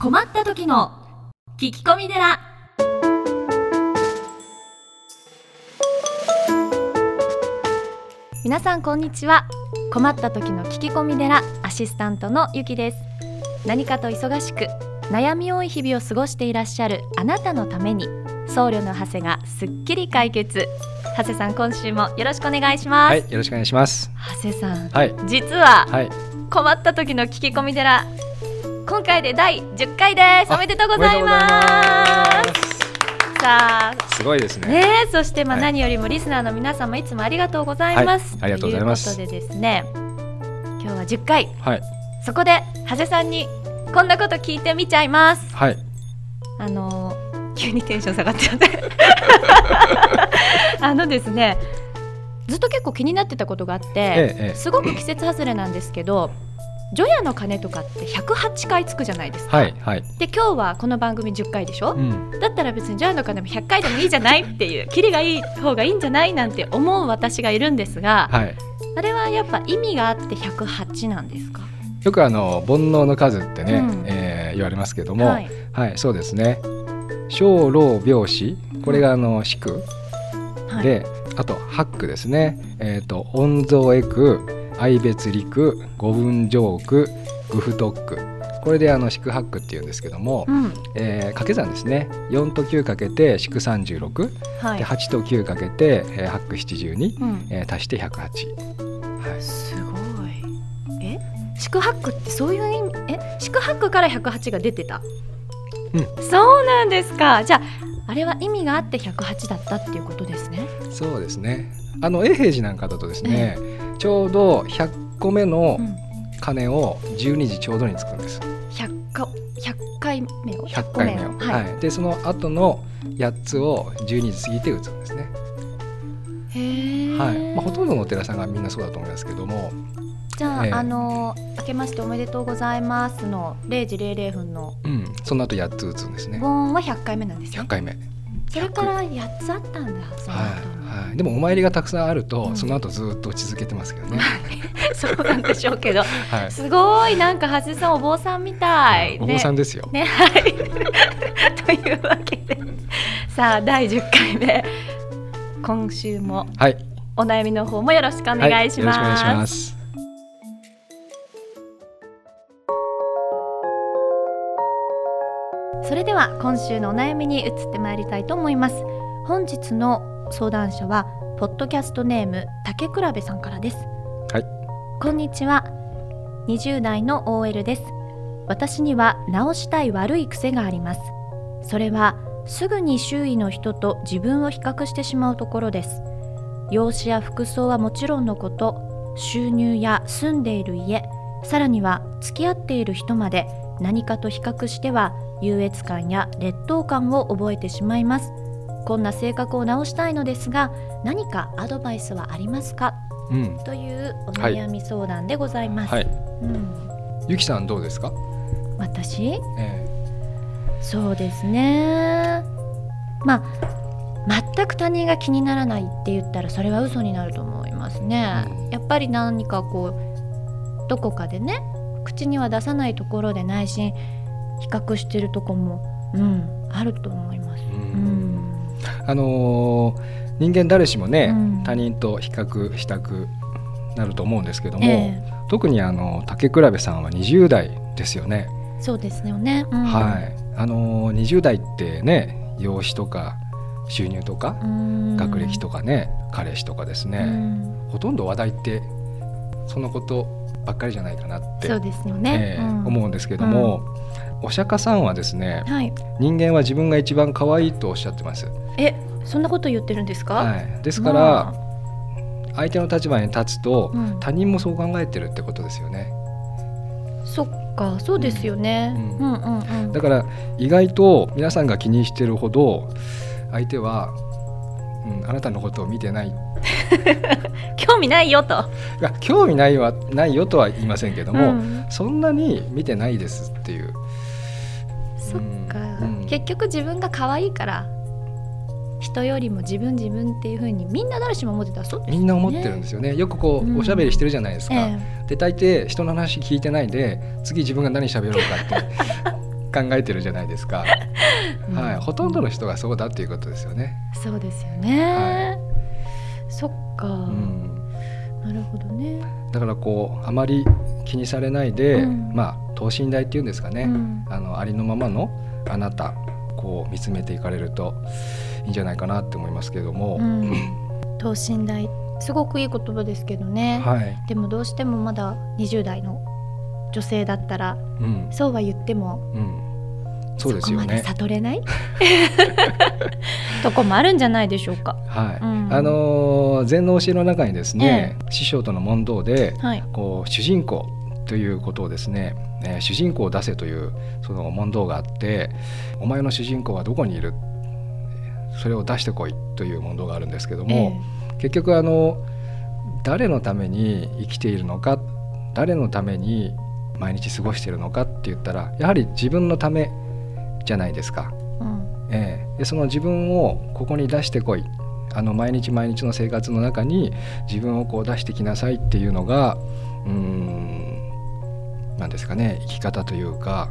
困った時の聞き込み寺。皆さんこんにちは。困った時の聞き込み寺、アシスタントのゆきです。何かと忙しく悩み多い日々を過ごしていらっしゃるあなたのために、僧侶の長谷がすっきり解決。長谷さん、今週もよろしくお願いします。 はい、よろしくお願いします。 長谷さん、 はい、 実は、 はい、 困った時の聞き込み寺、今回で第10回です。おめでとうございます。さあ、 すごいですね。 そして何よりもリスナーの皆様、いつもありがとうございます。 ありがとうございます。 ということでですね、今日は10回、そこで長谷さんにこんなこと聞いてみちゃいます。急にテンション下がっちゃってですね、ずっと結構気になってたことがあって、すごく季節外れなんですけど、除夜の鐘とかって108回つくじゃないですか。で、今日はこの番組10回でしょ、だったら別に除夜の鐘も100回でもいいじゃないっていう、キリがいい方がいいんじゃないなんて思う私がいるんですが、あれはやっぱ意味があって108なんですか？ よく煩悩の数ってね、言われますけども、そうですね。生老病死、これが四苦、で、あと八苦ですね。温蔵恵苦、愛別離苦、五分浄苦、愚不特苦、これで四苦八苦っていうんですけども、掛け算ですね。4と9かけて四苦36、で8と9かけて八苦72、足して108。 すごい。四苦八苦ってそういう意味？四苦八苦から108が出てた。そうなんですか。じゃああれは意味があって108だったっていうことですね。そうですね。 永平寺なんかだとですね、ちょうど100個目の鐘を12時ちょうどにつくんです。 100回目を 100回目を、でその後の8つを12時過ぎて打つんですね。ほとんどのお寺さんがみんなそうだと思いますけども、 じゃあ、明けましておめでとうございますの0時00分の、 その後8つ打つんですね。 盆は100回目なんですね。 100回目。 それから8つあったんだ。その後に、 でもお参りがたくさんあると、その後ずっと打ち続けてますけどね。 そうなんでしょうけど、すごい、なんか長谷さんお坊さんみたい、 お坊さんですよ、 というわけでさあ、第10回目、今週もお悩みの方もよろしくお願いします。 よろしくお願いします。 それでは今週のお悩みに移ってまいりたいと思います。本日の相談者はポッドキャストネーム竹倉部さんからです。こんにちは。20代の OL です。私には直したい悪い癖があります。それはすぐに周囲の人と自分を比較してしまうところです。容姿や服装はもちろんのこと、収入や住んでいる家、さらには付き合っている人まで何かと比較しては優越感や劣等感を覚えてしまいます。こんな性格を直したいのですが、何かアドバイスはありますか、というお悩み相談でございます。 ゆきさんどうですか？ 私、そうですね、全く他人が気にならないって言ったらそれは嘘になると思いますね。やっぱり何かどこかでね、口には出さないところで内心比較してるとこも、あると思います。 人間誰しもね、他人と比較したくなると思うんですけども、特に竹倉部さんは20代ですよね。 そうですよね。 20代ってね、容姿とか収入とか学歴とかね、彼氏とかですね、ほとんど話題ってそのことばっかりじゃないかなって、 そうですよね、 思うんですけども、お釈迦さんはですね、人間は自分が一番可愛いとおっしゃってます。 そんなこと言ってるんですか？ ですから、相手の立場に立つと、他人もそう考えてるってことですよね。 そっか、そうですよね。 だから意外と皆さんが気にしてるほど相手は、あなたのことを見てない興味ないよと。 興味ないよとは言いませんけども、そんなに見てないですっていう。 そっか、結局自分が可愛いから人よりも自分っていう風にみんな誰しも思ってたら、そうですね、 みんな思ってるんですよね。よくおしゃべりしてるじゃないですか、で大抵人の話聞いてないで次自分が何喋ろうかって考えてるじゃないですか、はい、ほとんどの人がそうだっていうことですよね。 そうですよね、そっか、なるほどね。 だからこうあまり気にされないで、等身大っていうんですかね、ありのままのあなたこう見つめていかれるといいんじゃないかなって思いますけども、 等身大すごくいい言葉ですけどね、でもどうしてもまだ20代の女性だったら、そうは言っても、 そうですよね、 そこまで悟れないとこもあるんじゃないでしょうか。 禅の教えの中にですね、師匠との問答で、こう主人公ということをですね、主人公を出せというその問答があって、お前の主人公はどこにいる、それを出してこいという問答があるんですけども、結局誰のために生きているのか、誰のために毎日過ごしているのかって言ったら、やはり自分のためじゃないですか、でその自分をここに出してこい、毎日毎日の生活の中に自分をこう出してきなさいっていうのがなんですかね、生き方というか、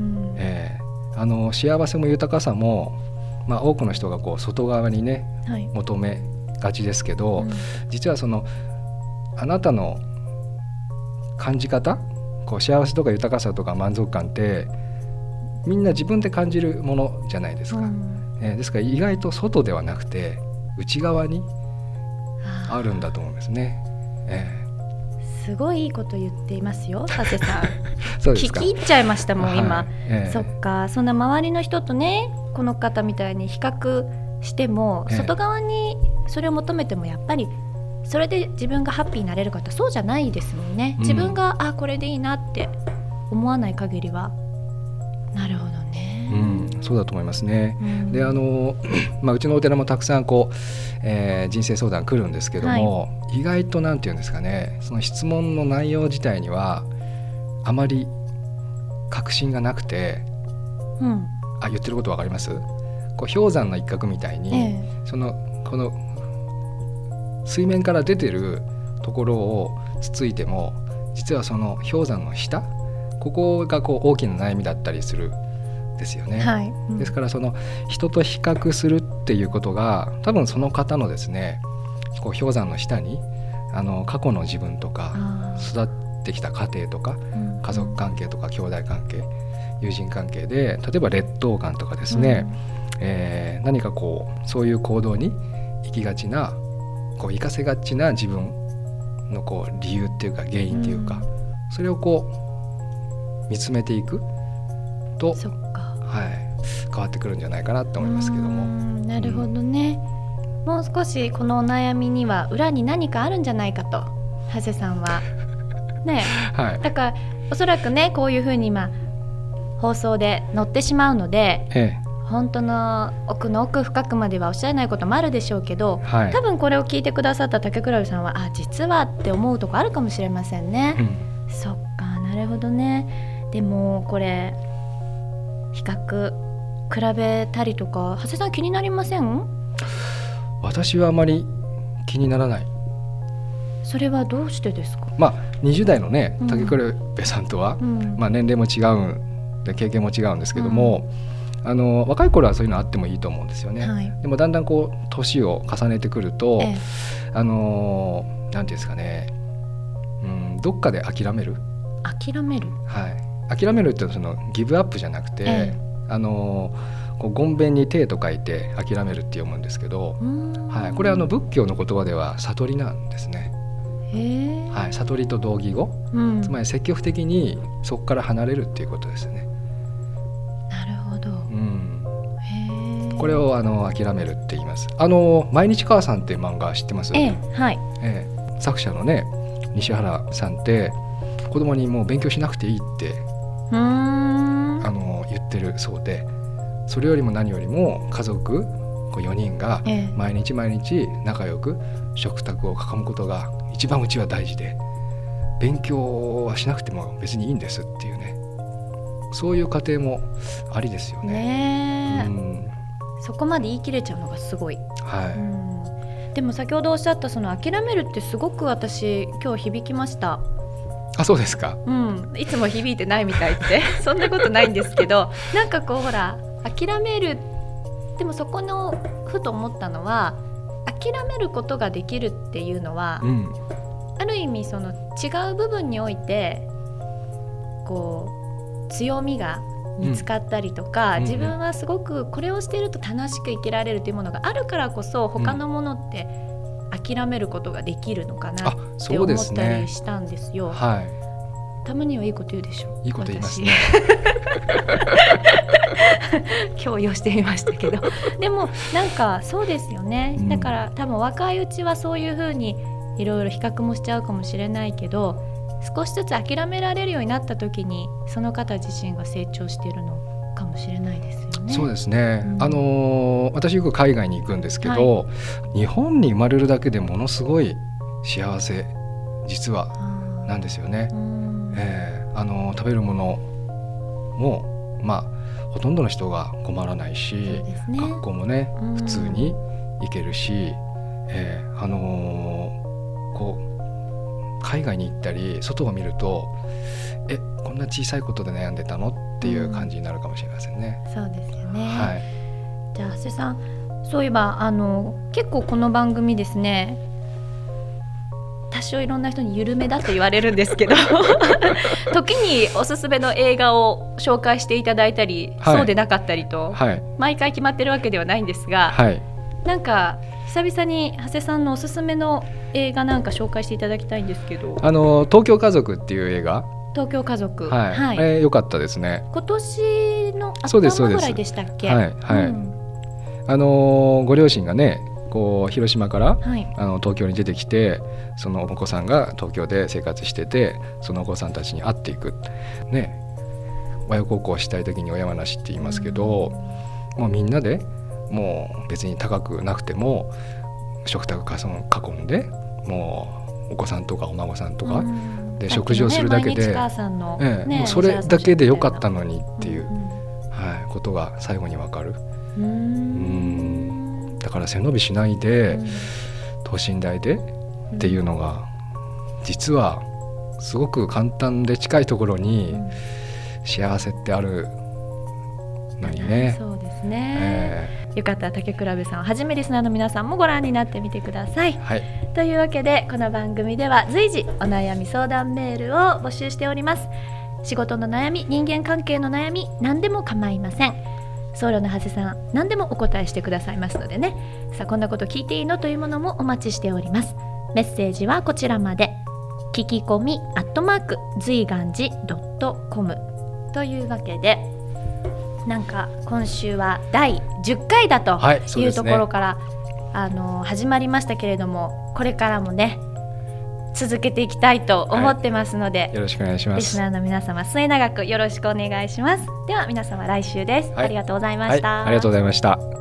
幸せも豊かさも、多くの人がこう外側にね、求めがちですけど、実はそのあなたの感じ方、こう幸せとか豊かさとか満足感ってみんな自分で感じるものじゃないですか、ですから意外と外ではなくて内側にあるんだと思うんですね。 すごいいいこと言っていますよ、長谷さんそうですか。 聞き入っちゃいましたもん、今、そっか、そんな周りの人とね、この方みたいに比較しても、外側にそれを求めてもやっぱりそれで自分がハッピーになれる方、そうじゃないですもんね。自分がこれでいいなって思わない限りは。なるほどね、 そうだと思いますね、でうちのお寺もたくさんこう、人生相談来るんですけども、意外となんていうんですかね、その質問の内容自体にはあまり確信がなくて、言ってることわかります？こう氷山の一角みたいに、この水面から出てるところをつついても、実はその氷山の下、ここがこう大きな悩みだったりするんですよね、ですからその人と比較するっていうことが、多分その方のですね、こう氷山の下に過去の自分とか育ってきた家庭とか、家族関係とか兄弟関係、友人関係で、例えば劣等感とかですね、何かこうそういう行動に行きがちな、こう生かせがちな自分のこう理由っていうか原因っていうか、それをこう見つめていくと、変わってくるんじゃないかなと思いますけども。 なるほどね、もう少しこのお悩みには裏に何かあるんじゃないかと、長谷さんはね、だからおそらくね、こういうふうに今放送で載ってしまうので、本当の奥の奥深くまではおっしゃらないこともあるでしょうけど、多分これを聞いてくださった竹倉さんは、実はって思うとこあるかもしれませんね、そっか、なるほどね。でもこれ比較比べたりとか、長谷さん気になりません？ 私はあまり気にならない。 それはどうしてですか ？20代のね、竹倉さんとは、年齢も違うんで経験も違うんですけども、若い頃はそういうのあってもいいと思うんですよね、でもだんだんこう年を重ねてくると、なんていうんですかね、どっかで諦める諦めるってそのギブアップじゃなくて、こうごんべんに定と書いて諦めるって読むんですけど、これ仏教の言葉では悟りなんですね。悟りと同義語、つまり積極的にそこから離れるっていうことですね。 なるほど、 これを諦めるって言います。毎日母さんって漫画知ってます？作者のね西原さんって子供にもう勉強しなくていいって言ってるそうで、それよりも何よりも家族4人が毎日毎日仲良く食卓を囲むことが一番うちは大事で、勉強はしなくても別にいいんですっていうね、そういう家庭もありですよね。 そこまで言い切れちゃうのがすごい、でも先ほどおっしゃったその諦めるってすごく私今日響きました。 あ、そうですか。 いつも響いてないみたいってそんなことないんですけど、なんかこうほら諦める、でもそこのふと思ったのは、諦めることができるっていうのは、ある意味その違う部分においてこう強みが見つかったりとか、自分はすごくこれをしていると楽しく生きられるというものがあるからこそ、他のものって諦めることができるのかなって思ったりしたんですよ。はい、たまにはいいこと言うでしょ。 いいこと言いますね。 強要してみましたけどでもなんかそうですよね。だから多分若いうちはそういう風にいろいろ比較もしちゃうかもしれないけど、少しずつ諦められるようになった時にその方自身が成長しているのかもしれないですよね。 そうですね、私よく海外に行くんですけど、日本に生まれるだけでものすごい幸せ実はなんですよね。食べるものもほとんどの人が困らないし、学校もね普通に行けるし、海外に行ったり外を見るとこんな小さいことで悩んでたのっていう感じになるかもしれませんね。 そうですよね。はい、じゃあ長谷さん、そういえば結構この番組ですね、多少いろんな人に緩めだと言われるんですけど時におすすめの映画を紹介していただいたり、そうでなかったりと、毎回決まってるわけではないんですが、なんか久々に長谷さんのおすすめの映画なんか紹介していただきたいんですけど。 東京家族っていう映画。 東京家族、 良かったですね。 今年の頭ぐらいでしたっけ。 ご両親がね広島から、東京に出てきて、そのお子さんが東京で生活してて、そのお子さんたちに会っていく、親孝行したい時に親話って言いますけど、もうみんなでもう別に高くなくても食卓囲んで、もうお子さんとかお孫さんとかで食事をするだけで、もうそれだけでよかったのにっていう、ことが最後に分かる。だから背伸びしないで等身大でっていうのが実はすごく簡単で近いところに幸せってあるのにね。 そうですね、よかったら竹倉部さんをはじめリスナーの皆さんもご覧になってみてください。というわけでこの番組では随時お悩み相談メールを募集しております。仕事の悩み、人間関係の悩み、何でも構いません。僧侶の長谷さん、何でもお答えしてくださいますのでね。さあ、こんなこと聞いていいのというものもお待ちしております。メッセージはこちらまで。聞き込み随願寺.com というわけで、なんか今週は第10回だというところから、始まりましたけれども、これからもね続けていきたいと思ってますので、 よろしくお願いします。 リスナーの皆様、末永くよろしくお願いします。では皆様、来週です。ありがとうございました。 ありがとうございました。